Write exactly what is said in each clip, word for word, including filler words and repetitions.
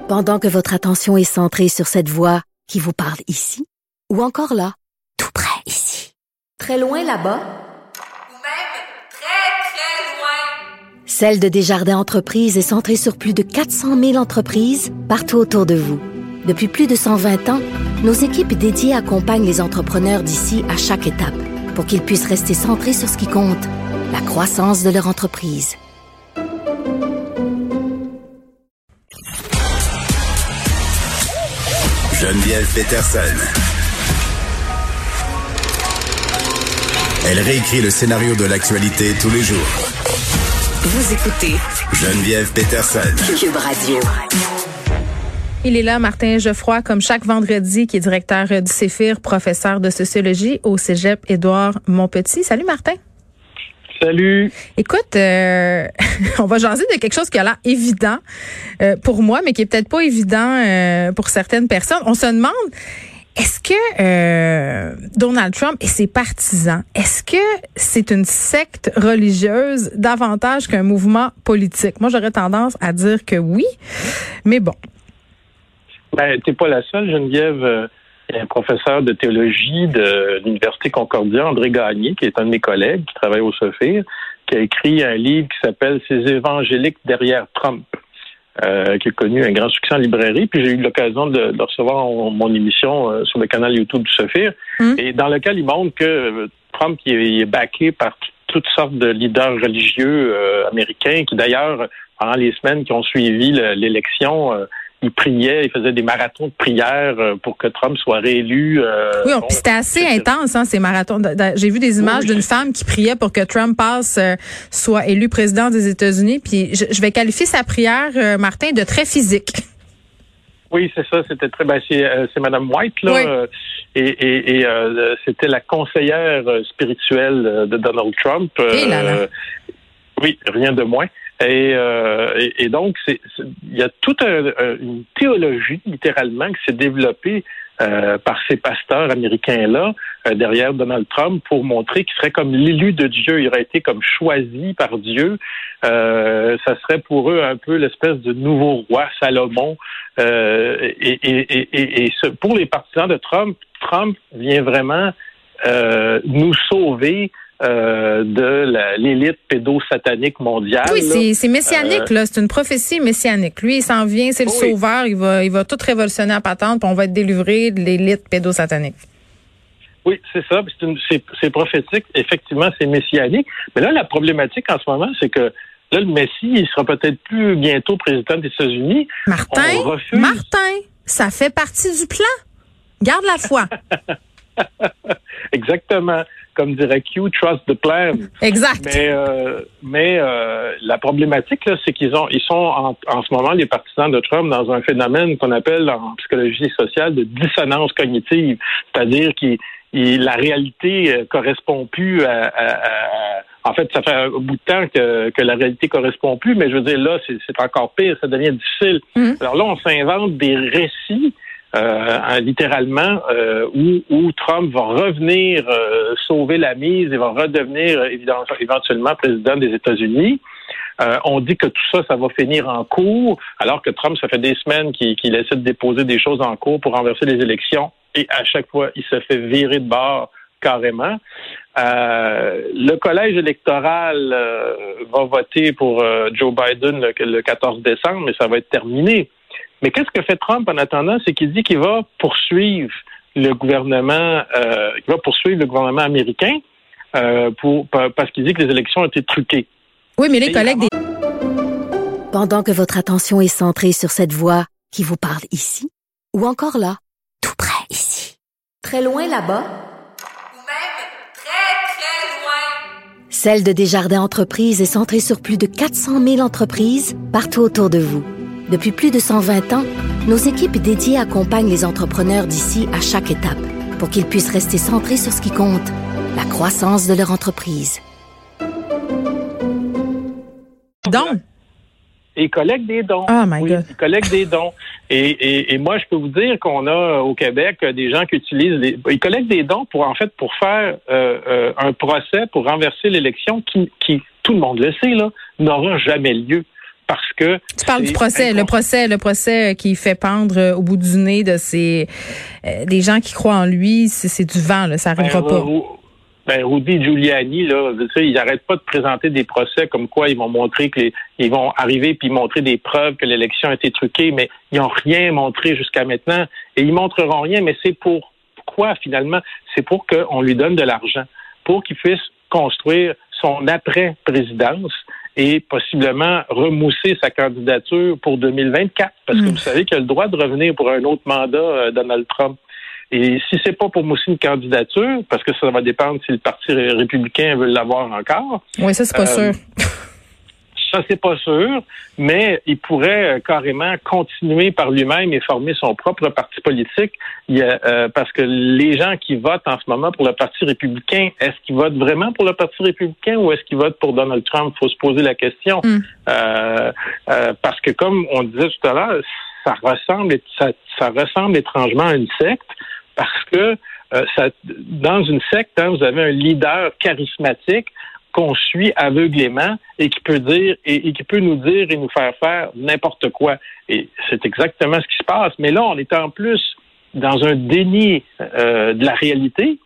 Pendant que votre attention est centrée sur cette voix qui vous parle ici, ou encore là, tout près ici, très loin là-bas, ou même très, très loin. Celle de Desjardins Entreprises est centrée sur plus de quatre cent mille entreprises partout autour de vous. Depuis plus de cent vingt ans, nos équipes dédiées accompagnent les entrepreneurs d'ici à chaque étape pour qu'ils puissent rester centrés sur ce qui compte, la croissance de leur entreprise. Geneviève Peterson. Elle réécrit le scénario de l'actualité tous les jours. Vous écoutez Geneviève Peterson. Cube Radio. Il est là, Martin Geoffroy, comme chaque vendredi, qui est directeur du Céphir, professeur de sociologie au Cégep Édouard-Montpetit. Salut, Martin. Salut. Écoute, euh, on va jaser de quelque chose qui a l'air évident euh, pour moi, mais qui est peut-être pas évident euh, pour certaines personnes. On se demande, est-ce que euh, Donald Trump et ses partisans, est-ce que c'est une secte religieuse davantage qu'un mouvement politique? Moi, j'aurais tendance à dire que oui, mais bon. Ben, t'es pas la seule, Geneviève. Il y a un professeur de théologie de l'Université Concordia, André Gagné, qui est un de mes collègues, qui travaille au Céphir, qui a écrit un livre qui s'appelle « Ces évangéliques derrière Trump », euh, qui a connu un grand succès en librairie. Puis j'ai eu l'occasion de, de recevoir en, mon émission euh, sur le canal YouTube du Céphir, mmh. et dans lequel il montre que euh, Trump il est, il est backé par t- toutes sortes de leaders religieux euh, américains, qui d'ailleurs, pendant les semaines qui ont suivi le, l'élection, euh, il priait, il faisait des marathons de prière pour que Trump soit réélu. Euh, oui, on, bon, puis c'était assez intense, hein, ces marathons. J'ai vu des images oui, d'une femme qui priait pour que Trump passe, euh, soit élu président des États-Unis. Puis je, je vais qualifier sa prière, euh, Martin, de très physique. Oui, c'est ça. C'était très. Ben, c'est, euh, c'est Madame White là, oui. euh, et, et, et euh, c'était la conseillère spirituelle de Donald Trump. Euh, et là, là. Oui, rien de moins. Et, euh, et, et donc, c'est, c'est, il y a toute un, un, une théologie, littéralement, qui s'est développée euh, par ces pasteurs américains-là, euh, derrière Donald Trump, pour montrer qu'il serait comme l'élu de Dieu. Il aurait été comme choisi par Dieu. Euh, ça serait pour eux un peu l'espèce de nouveau roi Salomon. Euh, et et, et, et, et ce, pour les partisans de Trump, Trump vient vraiment euh, nous sauver Euh, de la, l'élite pédosatanique mondiale. Oui, c'est, c'est messianique, euh, là. C'est une prophétie messianique. Lui, il s'en vient, c'est le oui. sauveur. Il va, il va tout révolutionner à patente, puis on va être délivré de l'élite pédosatanique. Oui, c'est ça. C'est, une, c'est, c'est prophétique. Effectivement, c'est messianique. Mais là, la problématique en ce moment, c'est que là, le Messie, il sera peut-être plus bientôt président des États-Unis. Martin, refuse... Martin, ça fait partie du plan. Garde la foi. Exactement. Comme dirait Q, trust the plan. Exact. Mais euh, mais euh, la problématique là, c'est qu'ils ont ils sont en, en ce moment les partisans de Trump dans un phénomène qu'on appelle en psychologie sociale de dissonance cognitive, c'est-à-dire que la réalité euh, correspond plus à, à, à en fait, ça fait un bout de temps que, que la réalité correspond plus, mais je veux dire là, c'est, c'est encore pire, ça devient difficile. Mm-hmm. Alors là, on s'invente des récits. Euh, littéralement, euh, où, où Trump va revenir euh, sauver la mise et va redevenir euh, éventuellement président des États-Unis. Euh, on dit que tout ça, ça va finir en cours, alors que Trump, ça fait des semaines qu'il, qu'il essaie de déposer des choses en cours pour renverser les élections, et à chaque fois, il se fait virer de bord carrément. Euh, le collège électoral euh, va voter pour euh, Joe Biden le, le quatorze décembre, mais ça va être terminé. Mais qu'est-ce que fait Trump en attendant? C'est qu'il dit qu'il va poursuivre le gouvernement, euh, il va poursuivre le gouvernement américain euh, pour parce qu'il dit que les élections ont été truquées. Oui, mais les Et collègues des... Pendant que votre attention est centrée sur cette voix qui vous parle ici, ou encore là, tout près ici, très loin là-bas, ou même très, très loin. Celle de Desjardins Entreprises est centrée sur plus de quatre cent mille entreprises partout autour de vous. Depuis plus de cent vingt ans, nos équipes dédiées accompagnent les entrepreneurs d'ici à chaque étape pour qu'ils puissent rester centrés sur ce qui compte, la croissance de leur entreprise. Donc, Et ils collectent des dons. Oh my oui, God. Ils collectent des dons. Et, et, et moi, je peux vous dire qu'on a au Québec des gens qui utilisent les... Ils collectent des dons pour, en fait, pour faire euh, euh, un procès pour renverser l'élection qui, qui, tout le monde le sait, là, n'aura jamais lieu. parce que... Tu parles du procès, incons... le procès, le procès qui fait pendre euh, au bout du nez de ces euh, des gens qui croient en lui, c'est, c'est du vent, là, ça arrivera ben, pas. Euh, Ben, Rudy Giuliani, là, tu sais, ils n'arrêtent pas de présenter des procès comme quoi ils vont montrer que les, ils vont arriver puis montrer des preuves que l'élection a été truquée, mais ils n'ont rien montré jusqu'à maintenant et ils montreront rien, mais c'est pour quoi finalement? C'est pour qu'on lui donne de l'argent, pour qu'il puisse construire son après-présidence et possiblement remousser sa candidature pour deux mille vingt-quatre, parce que mmh. vous savez qu'il a le droit de revenir pour un autre mandat, euh, Donald Trump. Et si c'est pas pour mousser une candidature, parce que ça va dépendre si le Parti républicain veut l'avoir encore. Oui, ça, c'est pas euh, sûr. Ça, c'est pas sûr, mais il pourrait euh, carrément continuer par lui-même et former son propre parti politique. Il y a, euh, parce que les gens qui votent en ce moment pour le Parti républicain, est-ce qu'ils votent vraiment pour le Parti républicain ou est-ce qu'ils votent pour Donald Trump? Il faut se poser la question. Mm. Euh, euh, parce que comme on disait tout à l'heure, ça ressemble, ça, ça ressemble étrangement à une secte. Parce que euh, ça, dans une secte, hein, vous avez un leader charismatique qu'on suit aveuglément et qui peut dire et, et qui peut nous dire et nous faire faire n'importe quoi. Et c'est exactement ce qui se passe. Mais là, on est en plus dans un déni euh, de la réalité.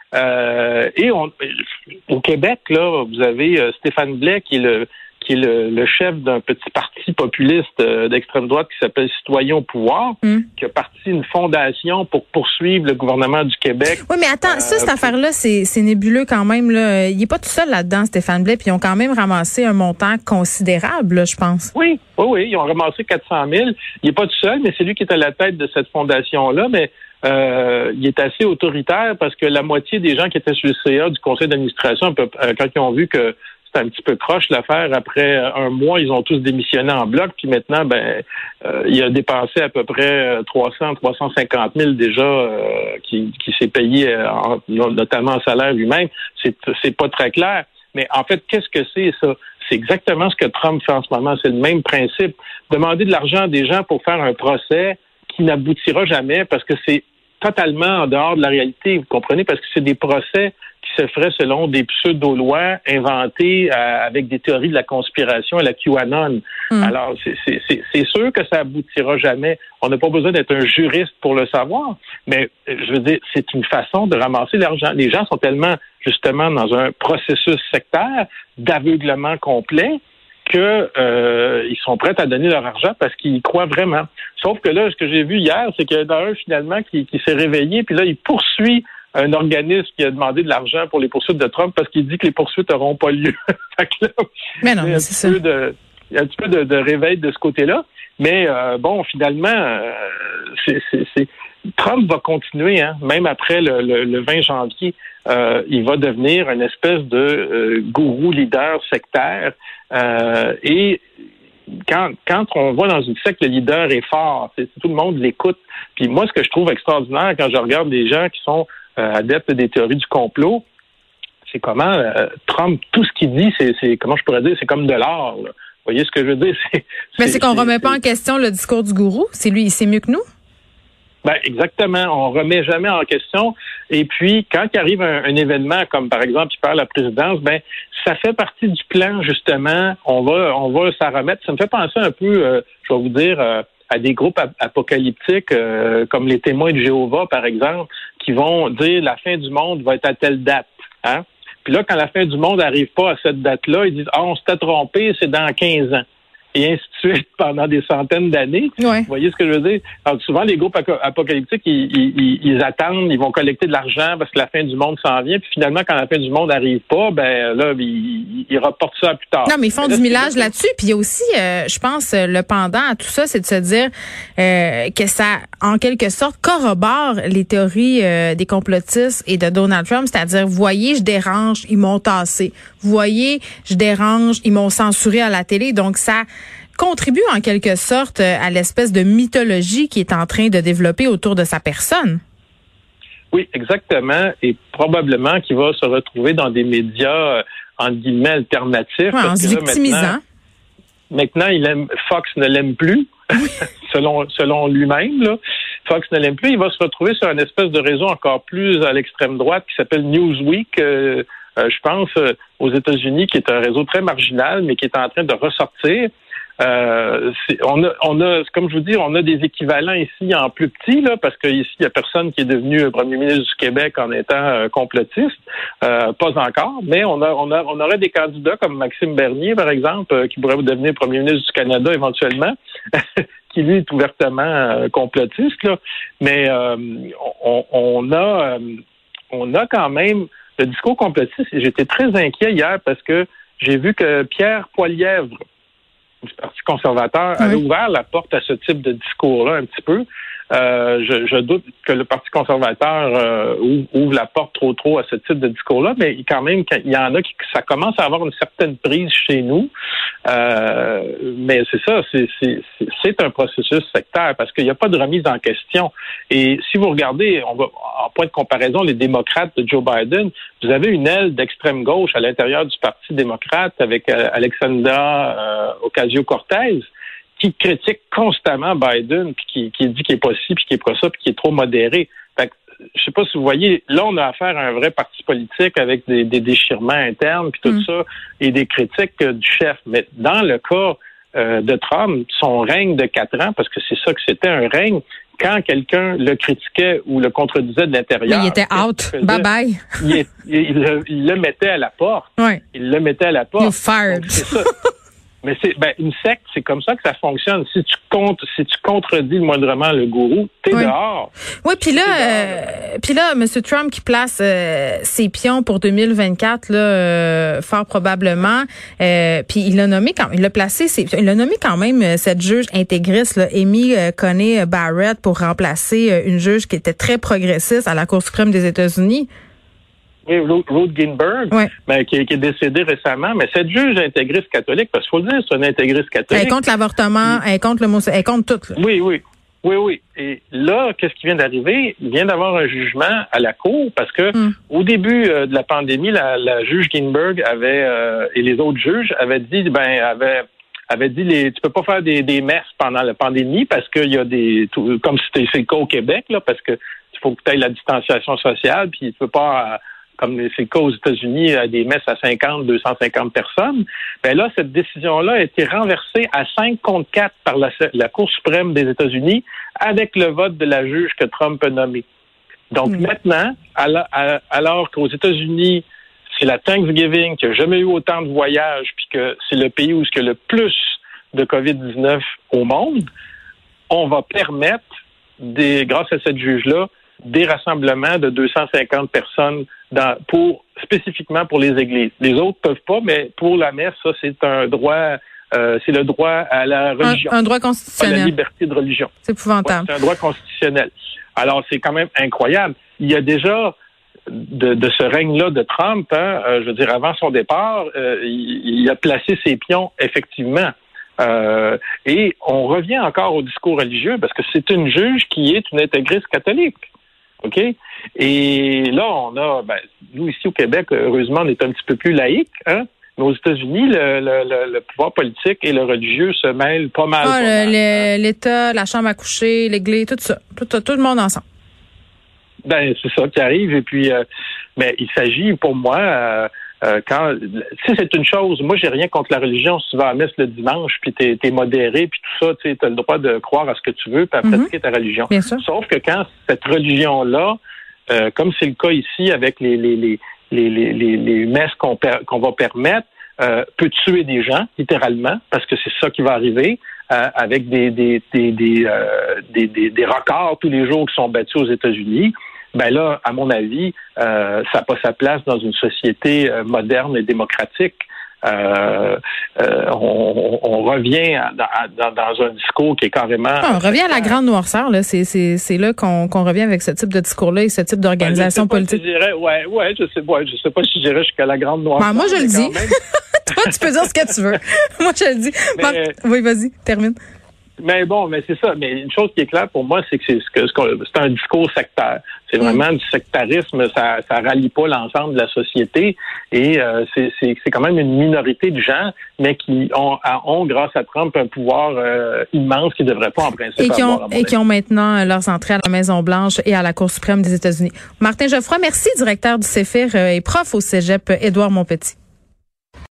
Euh, et on, au Québec, là, vous avez euh, Stéphane Blais qui est le qui est le, le chef d'un petit parti populiste euh, d'extrême droite qui s'appelle Citoyens au pouvoir, mm. qui a parti une fondation pour poursuivre le gouvernement du Québec. Oui, mais attends, euh, ça, cette affaire-là, c'est, c'est nébuleux quand même, là. Il n'est pas tout seul là-dedans, Stéphane Blais, puis ils ont quand même ramassé un montant considérable, là, je pense. Oui, oui, oui, ils ont ramassé quatre cent mille. Il n'est pas tout seul, mais c'est lui qui est à la tête de cette fondation-là, mais Euh, il est assez autoritaire parce que la moitié des gens qui étaient sur le C A du conseil d'administration, euh, quand ils ont vu que c'était un petit peu croche l'affaire, après un mois, ils ont tous démissionné en bloc. Puis maintenant, ben, euh, il a dépensé à peu près trois cents, trois cent cinquante mille déjà euh, qui, qui s'est payé, euh, en, notamment en salaire lui-même. C'est, c'est pas très clair. Mais en fait, qu'est-ce que c'est ça? C'est exactement ce que Trump fait en ce moment. C'est le même principe. Demander de l'argent à des gens pour faire un procès qui n'aboutira jamais parce que c'est totalement en dehors de la réalité, vous comprenez, parce que c'est des procès qui se feraient selon des pseudo-lois inventées euh, avec des théories de la conspiration à la QAnon. Mm. Alors, c'est, c'est, c'est, c'est sûr que ça aboutira jamais. On n'a pas besoin d'être un juriste pour le savoir, mais je veux dire, c'est une façon de ramasser l'argent. Les gens sont tellement, justement, dans un processus sectaire d'aveuglement complet que euh, ils sont prêts à donner leur argent parce qu'ils y croient vraiment. Sauf que là, ce que j'ai vu hier, c'est qu'il y en a un finalement qui, qui s'est réveillé, puis là, il poursuit un organisme qui a demandé de l'argent pour les poursuites de Trump parce qu'il dit que les poursuites n'auront pas lieu. Fait que là, mais non, mais c'est ça. De, il y a un petit peu de, de réveil de ce côté-là. Mais euh, bon, finalement, euh, c'est, c'est, c'est Trump va continuer, hein, même après le, le, le vingt janvier, euh, il va devenir une espèce de euh, gourou leader sectaire. Euh, et quand, quand on voit dans une secte, le leader est fort, c'est, tout le monde l'écoute. Puis moi, ce que je trouve extraordinaire quand je regarde des gens qui sont euh, adeptes des théories du complot, c'est comment euh, Trump, tout ce qu'il dit, c'est, c'est comment je pourrais dire, c'est comme de l'or, là. Vous voyez ce que je veux dire? C'est, Mais c'est, c'est qu'on ne remet pas en question le discours du gourou. C'est lui, il sait mieux que nous? Ben exactement. On remet jamais en question. Et puis, quand il arrive un, un événement comme, par exemple, il perd la présidence, ben ça fait partie du plan, justement. On va on va s'en remettre. Ça me fait penser un peu, euh, je vais vous dire, euh, à des groupes ap- apocalyptiques euh, comme les témoins de Jéhovah, par exemple, qui vont dire la fin du monde va être à telle date. Hein? Puis là, quand la fin du monde n'arrive pas à cette date-là, ils disent « Ah, on s'était trompé, c'est dans quinze ans ». Et ainsi de suite pendant des centaines d'années. Ouais. Vous voyez ce que je veux dire? Alors, souvent, les groupes apocalyptiques, ils, ils, ils attendent, ils vont collecter de l'argent parce que la fin du monde s'en vient. Puis finalement, quand la fin du monde n'arrive pas, ben là, ils, ils reportent ça à plus tard. Non, mais ils font mais là, du millage là, là-dessus. Puis il y a aussi, euh, je pense, le pendant à tout ça, c'est de se dire euh, que ça, en quelque sorte, corrobore les théories euh, des complotistes et de Donald Trump. C'est-à-dire, vous voyez, je dérange, ils m'ont tassé. Vous voyez, je dérange, ils m'ont censuré à la télé. Donc, ça contribue en quelque sorte à l'espèce de mythologie qui est en train de développer autour de sa personne. Oui, exactement. Et probablement qu'il va se retrouver dans des médias, entre guillemets, alternatifs. Ouais, en se victimisant. Maintenant, maintenant, il aime, Fox ne l'aime plus, selon, selon lui-même, là. Fox ne l'aime plus. Il va se retrouver sur une espèce de réseau encore plus à l'extrême droite qui s'appelle Newsweek, euh, euh, je pense, euh, aux États-Unis, qui est un réseau très marginal, mais qui est en train de ressortir. Euh, c'est, on a, on a, comme je vous dis, on a des équivalents ici en plus petit, là, parce qu'ici, il n'y a personne qui est devenu premier ministre du Québec en étant euh, complotiste. Euh, pas encore, mais on a, on a, on aurait des candidats comme Maxime Bernier, par exemple, euh, qui pourrait devenir premier ministre du Canada éventuellement, qui lui est ouvertement euh, complotiste, là. Mais euh, on, on a, euh, on a quand même le discours complotiste. Et j'étais très inquiet hier parce que j'ai vu que Pierre Poilievre du Parti conservateur oui. avait ouvert la porte à ce type de discours-là un petit peu. Euh, je, je doute que le Parti conservateur euh, ouvre, ouvre la porte trop trop à ce type de discours-là, mais quand même, il y en a qui ça commence à avoir une certaine prise chez nous. Euh, mais c'est ça, c'est, c'est, c'est un processus sectaire parce qu'il n'y a pas de remise en question. Et si vous regardez, on va en point de comparaison, les démocrates de Joe Biden, vous avez une aile d'extrême gauche à l'intérieur du Parti démocrate avec euh, Alexandra euh, Ocasio-Cortez, qui critique constamment Biden, puis qui, qui dit qu'il est pas ci, puis qu'il est pas ça, puis qu'il est trop modéré. Fait que, je sais pas si vous voyez, là, on a affaire à un vrai parti politique avec des, des déchirements internes, puis tout mm. ça, et des critiques euh, du chef. Mais dans le cas euh, de Trump, son règne de quatre ans, parce que c'est ça que c'était, un règne, quand quelqu'un le critiquait ou le contredisait de l'intérieur... Mais il était out. Bye-bye. Il, il, il, le, il le mettait à la porte. Ouais. Il le mettait à la porte. You're fired. Donc, c'est ça. Mais c'est ben une secte, c'est comme ça que ça fonctionne. Si tu comptes, si tu contredis moindrement le gourou, t'es oui. dehors. Oui, puis là, euh, puis là, M. Trump qui place euh, ses pions pour deux mille vingt-quatre, là, euh, fort probablement. Euh, puis il l'a nommé quand, il l'a placé, ses, il l'a nommé quand même euh, cette juge intégriste, là, Amy euh, Coney Barrett, pour remplacer euh, une juge qui était très progressiste à la Cour suprême des États-Unis. Oui, Ruth Ginsburg, ouais. ben, qui, qui est décédée récemment, mais cette juge intégriste catholique, parce qu'il faut le dire, c'est une intégriste catholique. Elle est contre l'avortement, elle est contre le elle est contre tout. Là. Oui, oui. Oui, oui. Et là, qu'est-ce qui vient d'arriver? Il vient d'avoir un jugement à la Cour parce que mm. au début euh, de la pandémie, la, la juge Ginsburg avait euh, et les autres juges avaient dit ben avaient avait dit les tu peux pas faire des, des messes pendant la pandémie parce qu'il y a des tout, comme c'était c'est le cas au Québec, là, parce que il faut que tu aies la distanciation sociale, puis tu peux pas euh, comme c'est le cas aux États-Unis, à des messes à cinquante, deux cent cinquante personnes. Ben là, cette décision-là a été renversée à cinq contre quatre par la, la Cour suprême des États-Unis avec le vote de la juge que Trump a nommée. Donc mmh. maintenant, alors, alors qu'aux États-Unis, c'est la Thanksgiving, qu'il n'y a jamais eu autant de voyages, puis que c'est le pays où il y a le plus de covid dix-neuf au monde, on va permettre, des, grâce à cette juge-là, des rassemblements de deux cent cinquante personnes dans, pour spécifiquement pour les églises. Les autres peuvent pas, mais pour la messe, ça c'est un droit, euh, c'est le droit à la religion, un, un droit constitutionnel, à la liberté de religion. C'est épouvantable. Ouais, c'est un droit constitutionnel. Alors c'est quand même incroyable. Il y a déjà de, de ce règne-là de Trump, hein, euh, je veux dire avant son départ, euh, il, il a placé ses pions effectivement. Euh, et on revient encore au discours religieux parce que c'est une juge qui est une intégriste catholique. OK? Et là, on a, ben, nous, ici au Québec, heureusement, on est un petit peu plus laïque, hein? Mais aux États-Unis, le, le, le pouvoir politique et le religieux se mêlent pas mal. Ah, pas le, mal le, l'État, la chambre à coucher, l'église, tout ça. Tout, tout, tout le monde ensemble. Ben, c'est ça qui arrive. Et puis, euh, ben, il s'agit, pour moi, euh, Euh, quand, tu sais, c'est une chose. Moi, j'ai rien contre la religion. Si tu vas à la messe le dimanche, puis t'es, t'es modéré, puis tout ça, tu sais, t'as le droit de croire à ce que tu veux, puis à mm-hmm. pratiquer ta religion. Bien sûr. Sauf que quand cette religion-là, euh, comme c'est le cas ici avec les les les les les, les, les messes qu'on, per, qu'on va permettre, euh, peut tuer des gens, littéralement, parce que c'est ça qui va arriver, euh, avec des des des des, euh, des des des records tous les jours qui sont battus aux États-Unis. Ben là, à mon avis, euh, ça n'a pas sa place dans une société euh, moderne et démocratique. Euh, euh, on, on revient dans, dans, dans un discours qui est carrément... Ah, on revient à la grande noirceur. Là. C'est, c'est, c'est là qu'on, qu'on revient avec ce type de discours-là et ce type d'organisation ben, politique. Si je dirais, ouais, ouais, je sais, ouais, je sais pas si je dirais jusqu'à la grande noirceur. Ben, moi, je le dis. Même... Toi, tu peux dire ce que tu veux. Moi, je le dis. Mais... Marc... Oui, vas-y, termine. Mais bon, mais c'est ça. Mais une chose qui est claire pour moi, c'est que c'est, ce que, ce qu'on, c'est un discours sectaire. C'est vraiment mm. du sectarisme. Ça, ça rallie pas l'ensemble de la société. Et euh, c'est, c'est, c'est quand même une minorité de gens, mais qui ont, ont grâce à Trump, un pouvoir euh, immense qu'ils ne devraient pas en principe et qui ont, avoir. Et qui ont maintenant leurs entrées à la Maison-Blanche et à la Cour suprême des États-Unis. Martin Geoffroy, merci, directeur du C E F I R et prof au Cégep Édouard Montpetit.